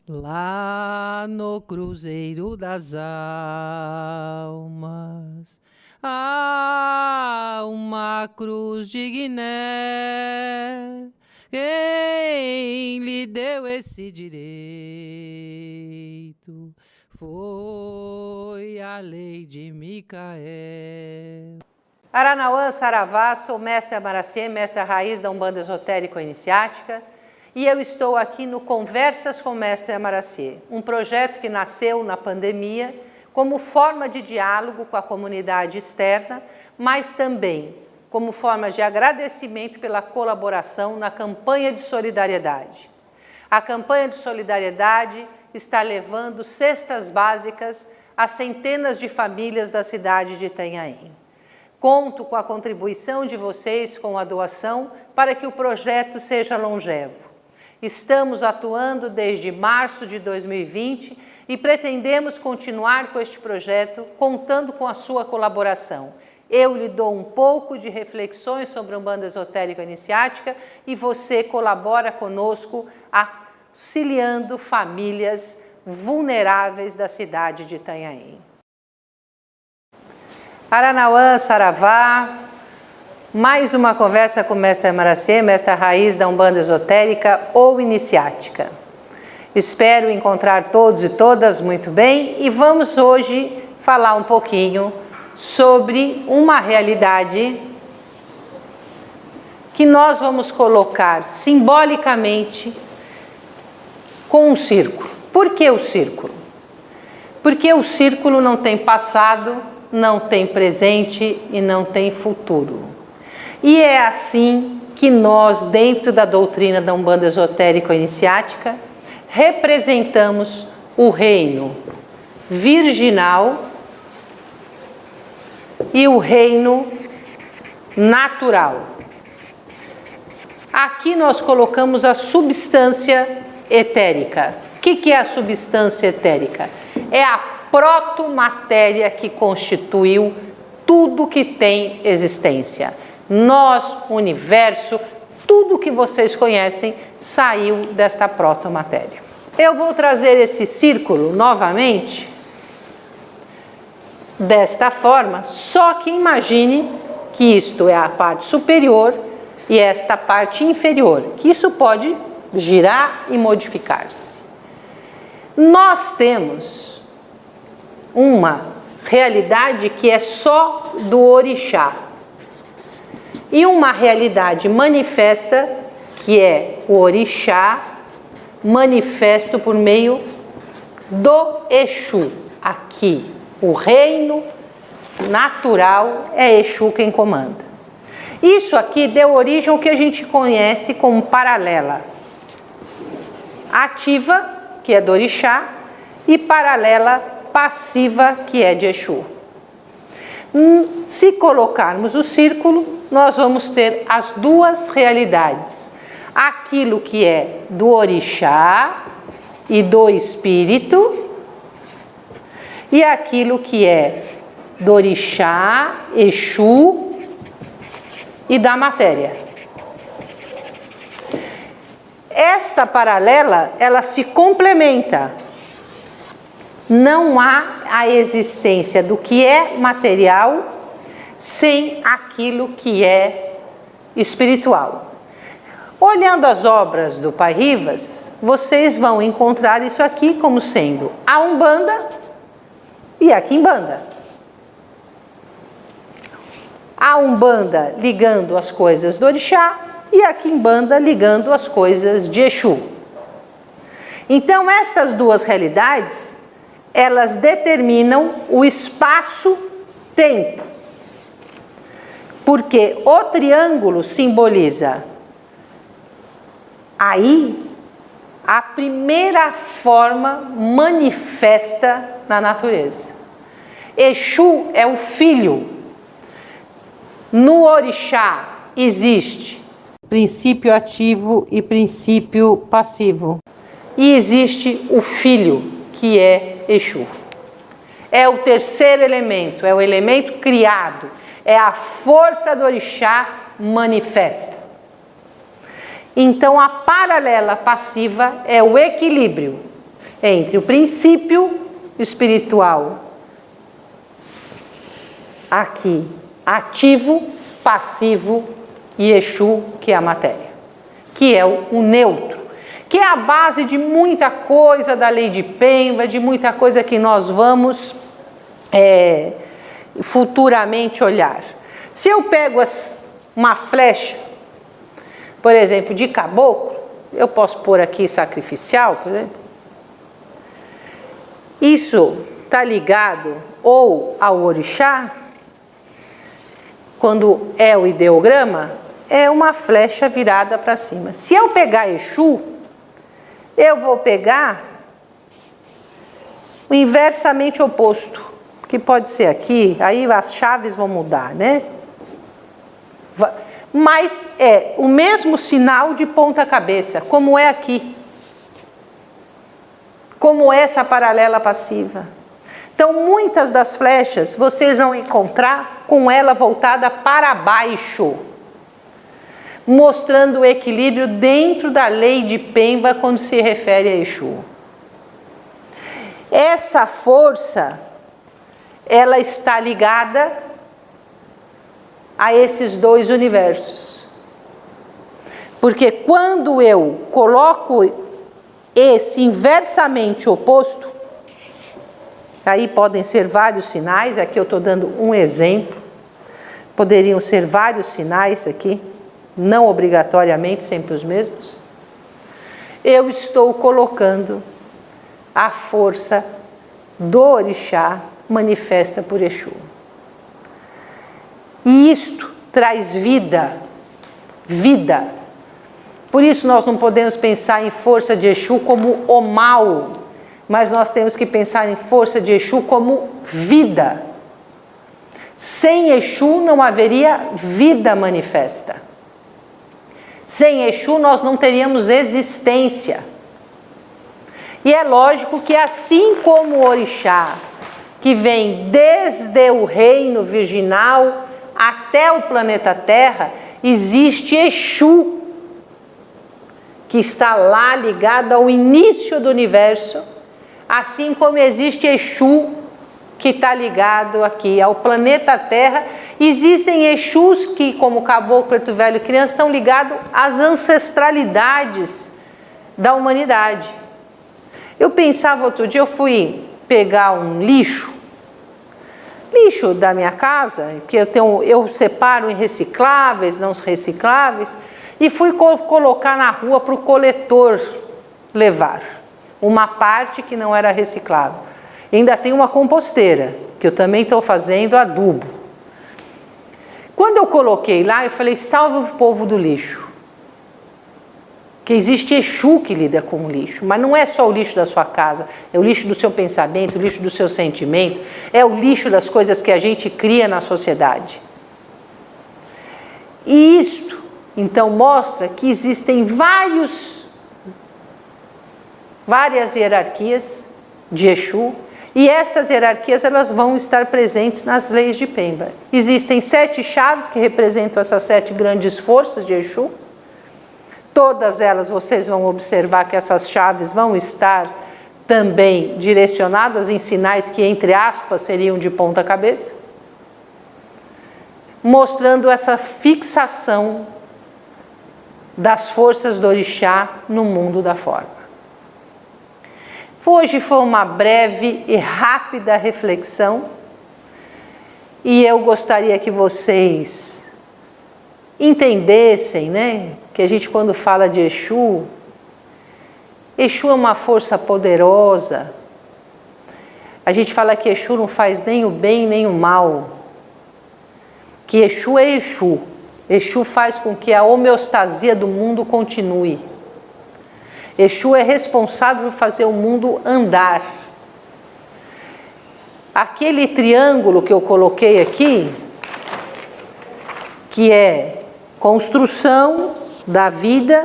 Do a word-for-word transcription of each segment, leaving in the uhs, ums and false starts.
Lá no Cruzeiro das Almas há uma cruz de Guiné. Quem lhe deu esse direito foi a lei de Micael. Aranauã, Saravá, sou mestre Amaracê, mestre raiz da Umbanda Esotérico-Iniciática, e eu estou aqui no Conversas com Mestre Amaracê, um projeto que nasceu na pandemia como forma de diálogo com a comunidade externa, mas também como forma de agradecimento pela colaboração na campanha de solidariedade. A campanha de solidariedade está levando cestas básicas a centenas de famílias da cidade de Itanhaém. Conto com a contribuição de vocês com a doação para que o projeto seja longevo. Estamos atuando desde março de dois mil e vinte e pretendemos continuar com este projeto contando com a sua colaboração. Eu lhe dou um pouco de reflexões sobre a Umbanda Esotérico-Iniciática e você colabora conosco auxiliando famílias vulneráveis da cidade de Itanhaém. Aranauã, Saravá, mais uma conversa com o mestre Amaracê, mestre raiz da Umbanda Esotérica ou Iniciática. Espero encontrar todos e todas muito bem e vamos hoje falar um pouquinho sobre uma realidade que nós vamos colocar simbolicamente com um círculo. Por que o círculo? Porque o círculo não tem passado, não tem presente e não tem futuro. E é assim que nós, dentro da doutrina da Umbanda Esotérico-Iniciática, representamos o reino virginal e o reino natural. Aqui nós colocamos a substância etérica. O que que é a substância etérica? É a protomatéria que constituiu tudo que tem existência. Nós, o universo, tudo que vocês conhecem saiu desta protomatéria. Eu vou trazer esse círculo novamente desta forma, só que imagine que isto é a parte superior e esta parte inferior, que isso pode girar e modificar-se. Nós temos uma realidade que é só do orixá e uma realidade manifesta que é o orixá manifesto por meio do Exu. Aqui, o reino natural é Exu quem comanda. Isso aqui deu origem ao que a gente conhece como paralela ativa, que é do orixá, e paralela passiva, que é de Exu. Se colocarmos o círculo, nós vamos ter as duas realidades. Aquilo que é do orixá e do espírito, e aquilo que é do orixá, Exu e da matéria. Esta paralela, ela se complementa. Não há a existência do que é material sem aquilo que é espiritual. Olhando as obras do Pai Rivas, vocês vão encontrar isso aqui como sendo a Umbanda e a Quimbanda. A Umbanda ligando as coisas do orixá e a Quimbanda ligando as coisas de Exu. Então, essas duas realidades, elas determinam o espaço-tempo, porque o triângulo simboliza aí a primeira forma manifesta na natureza. Exu é o filho. No orixá existe princípio ativo e princípio passivo. E existe o filho, que é Exu. É o terceiro elemento, é o elemento criado, é a força do orixá manifesta. Então, a paralela passiva é o equilíbrio. entre o princípio espiritual aqui, ativo, passivo, e Exu, que é a matéria, que é o, o neutro, que é a base de muita coisa da lei de Pemba, de muita coisa que nós vamos é, futuramente olhar. Se eu pego as, uma flecha, por exemplo, de caboclo, eu posso pôr aqui sacrificial, por exemplo, isso está ligado ou ao orixá, quando é o ideograma, é uma flecha virada para cima. Se eu pegar Exu, eu vou pegar o inversamente oposto, que pode ser aqui, aí as chaves vão mudar, né? Mas é o mesmo sinal de ponta cabeça, como é aqui. Como essa paralela passiva. Então, muitas das flechas vocês vão encontrar com ela voltada para baixo, mostrando o equilíbrio dentro da lei de Pemba quando se refere a Exu. Essa força, ela está ligada a esses dois universos. Porque quando eu coloco esse inversamente oposto, aí podem ser vários sinais, aqui eu estou dando um exemplo, poderiam ser vários sinais aqui, não obrigatoriamente sempre os mesmos. Eu estou colocando a força do orixá manifesta por Exu. E isto traz vida, vida. Por isso nós não podemos pensar em força de Exu como o mal, mas nós temos que pensar em força de Exu como vida. Sem Exu não haveria vida manifesta. Sem Exu nós não teríamos existência. E é lógico que assim como o orixá, que vem desde o reino virginal até o planeta Terra, existe Exu, que está lá ligado ao início do universo, assim como existe Exu, que está ligado aqui ao planeta Terra. Existem Exus que, como Caboclo, Preto Velho e Criança, estão ligados às ancestralidades da humanidade. Eu pensava outro dia, eu fui pegar um lixo, lixo da minha casa, que eu, tenho, eu separo em recicláveis, não recicláveis, e fui co- colocar na rua para o coletor levar uma parte que não era reciclável. Ainda tem uma composteira, que eu também estou fazendo adubo. Quando eu coloquei lá, eu falei, salve o povo do lixo. Que existe Exu que lida com o lixo, mas não é só o lixo da sua casa, é o lixo do seu pensamento, o lixo do seu sentimento, é o lixo das coisas que a gente cria na sociedade. E isto, então, mostra que existem vários, várias hierarquias de Exu, e estas hierarquias elas vão estar presentes nas leis de Pemba. Existem sete chaves que representam essas sete grandes forças de Exu. Todas elas vocês vão observar que essas chaves vão estar também direcionadas em sinais que, entre aspas, seriam de ponta cabeça, mostrando essa fixação das forças do orixá no mundo da forma. Hoje foi uma breve e rápida reflexão e eu gostaria que vocês entendessem, né, que a gente quando fala de Exu, Exu é uma força poderosa. A gente fala que Exu não faz nem o bem nem o mal, que Exu é Exu. Exu faz com que a homeostasia do mundo continue. Exu é responsável por fazer o mundo andar. Aquele triângulo que eu coloquei aqui, que é construção da vida,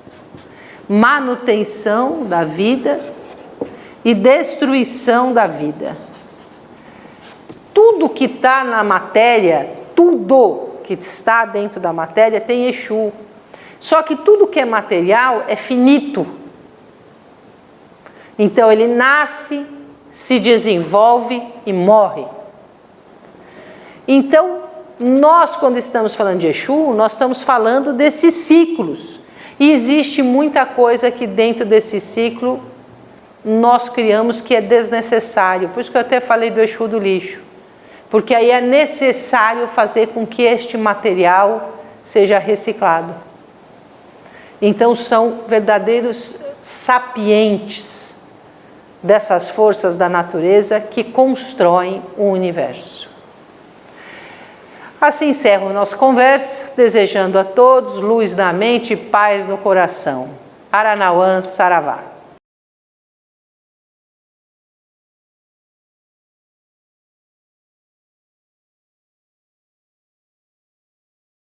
manutenção da vida e destruição da vida. Tudo que está na matéria, tudo que está dentro da matéria tem Exu. Só que tudo que é material é finito. Então ele nasce, se desenvolve e morre. Então, nós quando estamos falando de Exu, nós estamos falando desses ciclos. E existe muita coisa que dentro desse ciclo nós criamos que é desnecessário. Por isso que eu até falei do Exu do lixo. Porque aí é necessário fazer com que este material seja reciclado. Então são verdadeiros sapientes dessas forças da natureza que constroem o universo. Assim encerro nossa conversa, desejando a todos luz na mente e paz no coração. Aranauã Saravá.